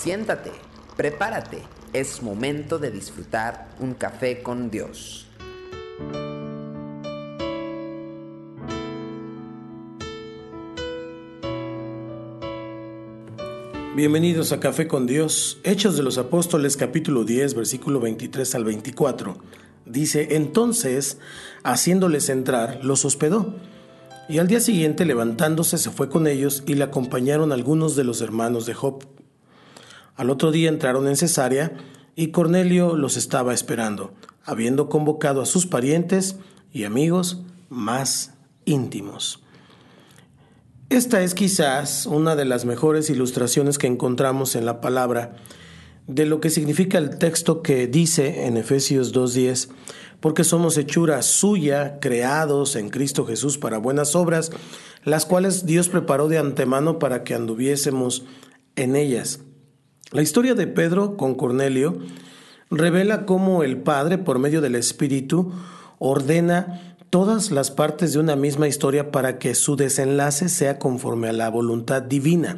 Siéntate, prepárate, es momento de disfrutar un café con Dios. Bienvenidos a Café con Dios. Hechos de los Apóstoles, capítulo 10, versículo 23 al 24. Dice: entonces, haciéndoles entrar, los hospedó. Y al día siguiente, levantándose, se fue con ellos y le acompañaron algunos de los hermanos de Jope. Al otro día entraron en Cesarea y Cornelio los estaba esperando, habiendo convocado a sus parientes y amigos más íntimos. Esta es quizás una de las mejores ilustraciones que encontramos en la palabra de lo que significa el texto que dice en Efesios 2:10, porque somos hechura suya, creados en Cristo Jesús para buenas obras, las cuales Dios preparó de antemano para que anduviésemos en ellas. La historia de Pedro con Cornelio revela cómo el Padre, por medio del Espíritu, ordena todas las partes de una misma historia para que su desenlace sea conforme a la voluntad divina.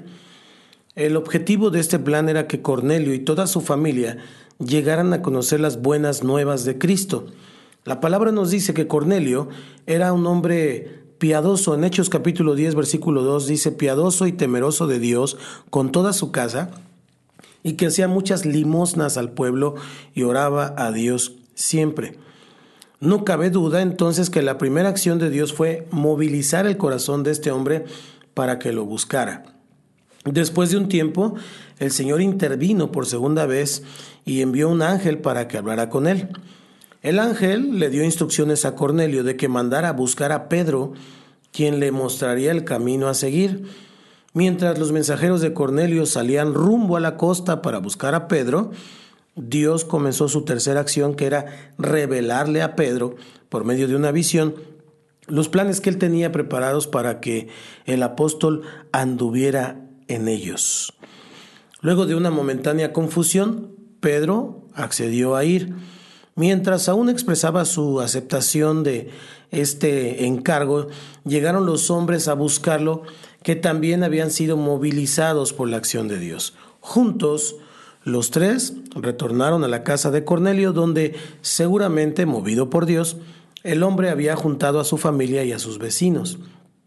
El objetivo de este plan era que Cornelio y toda su familia llegaran a conocer las buenas nuevas de Cristo. La palabra nos dice que Cornelio era un hombre piadoso. En Hechos capítulo 10, versículo 2 dice: piadoso y temeroso de Dios con toda su casa, y que hacía muchas limosnas al pueblo y oraba a Dios siempre. No cabe duda entonces que la primera acción de Dios fue movilizar el corazón de este hombre para que lo buscara. Después de un tiempo, el Señor intervino por segunda vez y envió un ángel para que hablara con él. El ángel le dio instrucciones a Cornelio de que mandara a buscar a Pedro, quien le mostraría el camino a seguir. Mientras los mensajeros de Cornelio salían rumbo a la costa para buscar a Pedro, Dios comenzó su tercera acción, que era revelarle a Pedro, por medio de una visión, los planes que él tenía preparados para que el apóstol anduviera en ellos. Luego de una momentánea confusión, Pedro accedió a ir. Mientras aún expresaba su aceptación de este encargo, llegaron los hombres a buscarlo, que también habían sido movilizados por la acción de Dios. Juntos, los tres retornaron a la casa de Cornelio, donde, seguramente movido por Dios, el hombre había juntado a su familia y a sus vecinos.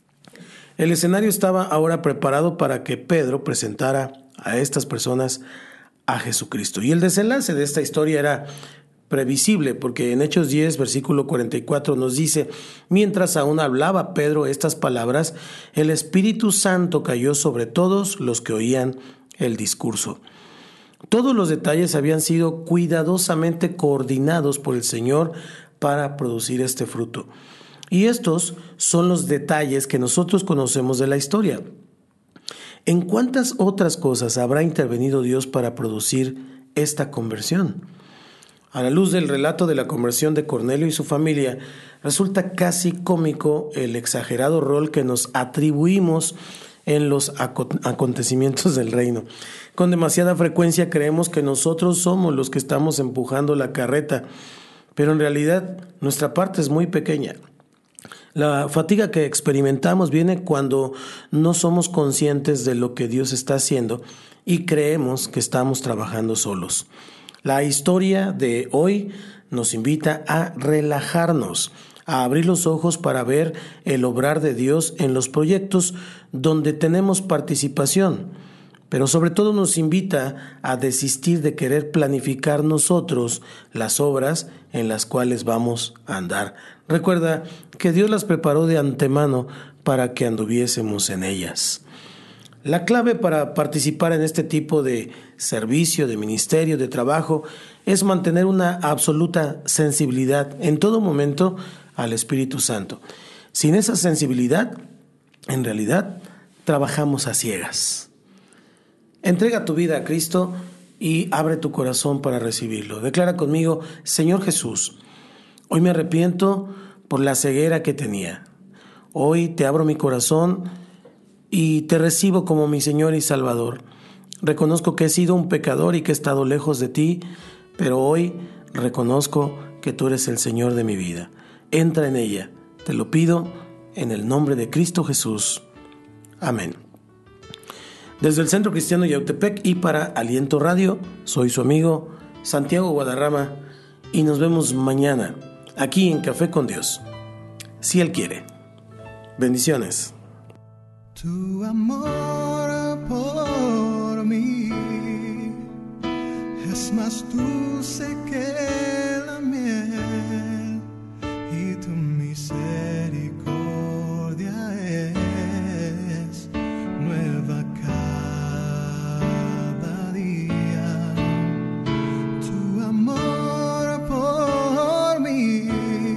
El escenario estaba ahora preparado para que Pedro presentara a estas personas a Jesucristo. Y el desenlace de esta historia era previsible, porque en Hechos 10, versículo 44 nos dice: mientras aún hablaba Pedro estas palabras, el Espíritu Santo cayó sobre todos los que oían el discurso. Todos los detalles habían sido cuidadosamente coordinados por el Señor para producir este fruto. Y estos son los detalles que nosotros conocemos de la historia. ¿En cuántas otras cosas habrá intervenido Dios para producir esta conversión? A la luz del relato de la conversión de Cornelio y su familia, resulta casi cómico el exagerado rol que nos atribuimos en los acontecimientos del reino. Con demasiada frecuencia creemos que nosotros somos los que estamos empujando la carreta, pero en realidad nuestra parte es muy pequeña. La fatiga que experimentamos viene cuando no somos conscientes de lo que Dios está haciendo y creemos que estamos trabajando solos. La historia de hoy nos invita a relajarnos, a abrir los ojos para ver el obrar de Dios en los proyectos donde tenemos participación, pero sobre todo nos invita a desistir de querer planificar nosotros las obras en las cuales vamos a andar. Recuerda que Dios las preparó de antemano para que anduviésemos en ellas. La clave para participar en este tipo de servicio, de ministerio, de trabajo, es mantener una absoluta sensibilidad en todo momento al Espíritu Santo. Sin esa sensibilidad, en realidad, trabajamos a ciegas. Entrega tu vida a Cristo y abre tu corazón para recibirlo. Declara conmigo: Señor Jesús, hoy me arrepiento por la ceguera que tenía. Hoy te abro mi corazón y te recibo como mi Señor y Salvador. Reconozco que he sido un pecador y que he estado lejos de ti, pero hoy reconozco que tú eres el Señor de mi vida. Entra en ella. Te lo pido en el nombre de Cristo Jesús. Amén. Desde el Centro Cristiano Yautepec y para Aliento Radio, soy su amigo Santiago Guadarrama y nos vemos mañana aquí en Café con Dios, si Él quiere. Bendiciones. Tu amor por mí es más dulce que la miel y tu misericordia es nueva cada día. Tu amor por mí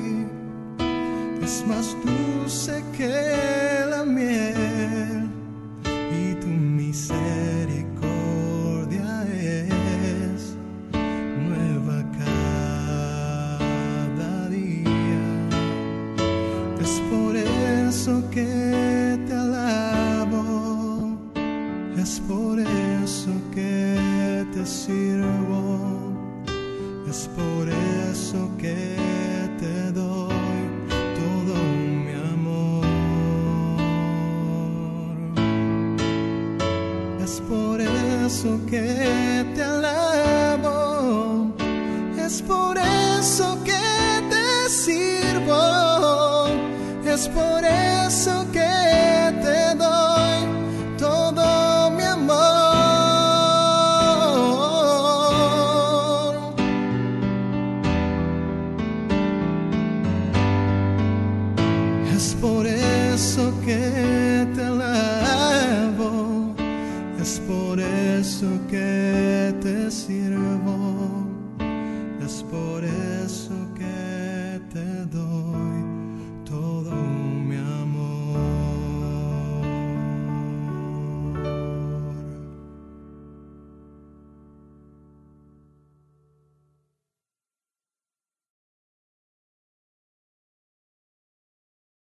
es más dulce que la miel y tu misericordia es nueva cada día. Es por eso que te alabo, es por eso que te sirvo, es por eso que te doy todo mi amor. Es por eso que te alabo, es por eso que te sirvo, es por eso que